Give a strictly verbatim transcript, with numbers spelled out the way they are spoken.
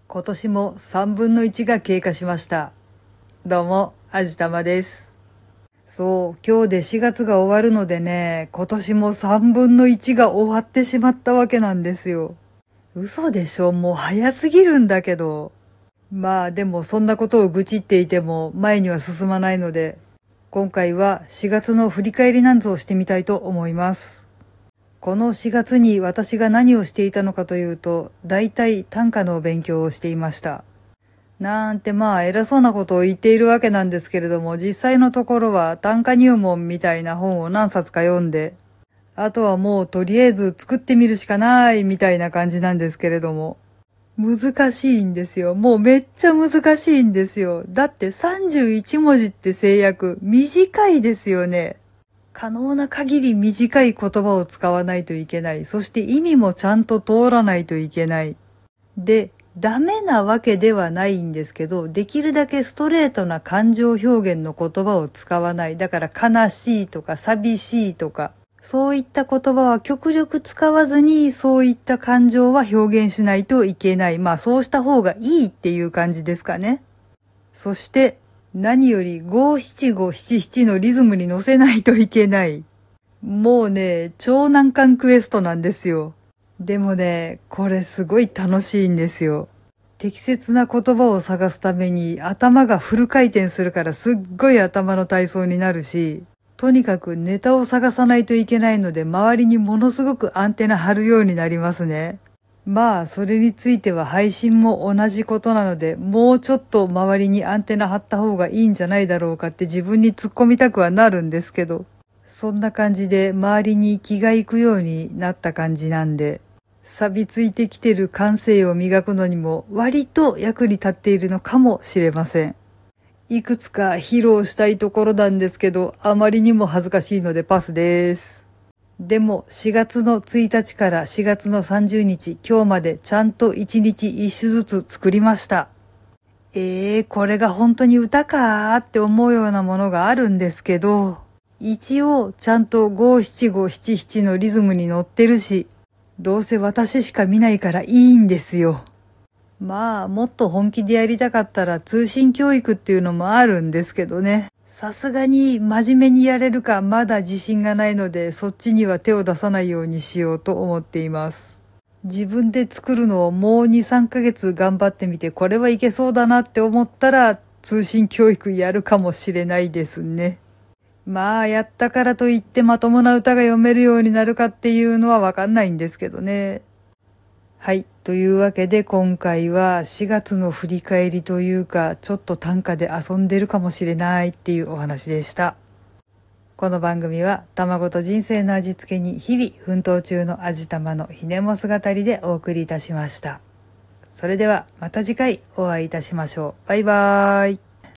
今年もさんぶんのいちが経過しました。どうも、あじたまです。そう、今日でしがつが終わるのでね、今年もさんぶんのいちが終わってしまったわけなんですよ。嘘でしょ、もう早すぎるんだけど。まあでもそんなことを愚痴っていても前には進まないので、今回はしがつの振り返りなんぞをしてみたいと思います。このしがつに私が何をしていたのかというと、大体短歌の勉強をしていました。なんてまあ偉そうなことを言っているわけなんですけれども、実際のところは短歌入門みたいな本を何冊か読んで、あとはもうとりあえず作ってみるしかないみたいな感じなんですけれども、難しいんですよ。もうめっちゃ難しいんですよ。だってさんじゅういちもじって制約、短いですよね。可能な限り短い言葉を使わないといけない。そして意味もちゃんと通らないといけない。で、ダメなわけではないんですけど、できるだけストレートな感情表現の言葉を使わない。だから悲しいとか寂しいとか、そういった言葉は極力使わずに、そういった感情は表現しないといけない。まあそうした方がいいっていう感じですかね。そして、何よりごしちごしちしちのリズムに乗せないといけない。もうね、超難関クエストなんですよ。でもね、これすごい楽しいんですよ。適切な言葉を探すために頭がフル回転するからすっごい頭の体操になるし、とにかくネタを探さないといけないので周りにものすごくアンテナ張るようになりますね。まあ、それについては配信も同じことなので、もうちょっと周りにアンテナ張った方がいいんじゃないだろうかって自分に突っ込みたくはなるんですけど、そんな感じで周りに気が行くようになった感じなんで、錆びついてきてる感性を磨くのにも割と役に立っているのかもしれません。いくつか披露したいところなんですけど、あまりにも恥ずかしいのでパスです。でもしがつのついたちからしがつのさんじゅうにち、今日までちゃんといちにちいっしゅずつ作りました。えー、これが本当に歌かーって思うようなものがあるんですけど、一応ちゃんとごしちごしちしちのリズムに乗ってるし、どうせ私しか見ないからいいんですよ。まあ、もっと本気でやりたかったら通信教育っていうのもあるんですけどね。さすがに真面目にやれるかまだ自信がないので、そっちには手を出さないようにしようと思っています。自分で作るのをもうに、さんかげつ頑張ってみて、これはいけそうだなって思ったら、通信教育やるかもしれないですね。まあ、やったからといってまともな歌が読めるようになるかっていうのはわかんないんですけどね。はい。というわけで今回はしがつの振り返りというか、ちょっと短歌で遊んでるかもしれないっていうお話でした。この番組は卵と人生の味付けに日々奮闘中の味玉のひねも姿でお送りいたしました。それではまた次回お会いいたしましょう。バイバーイ。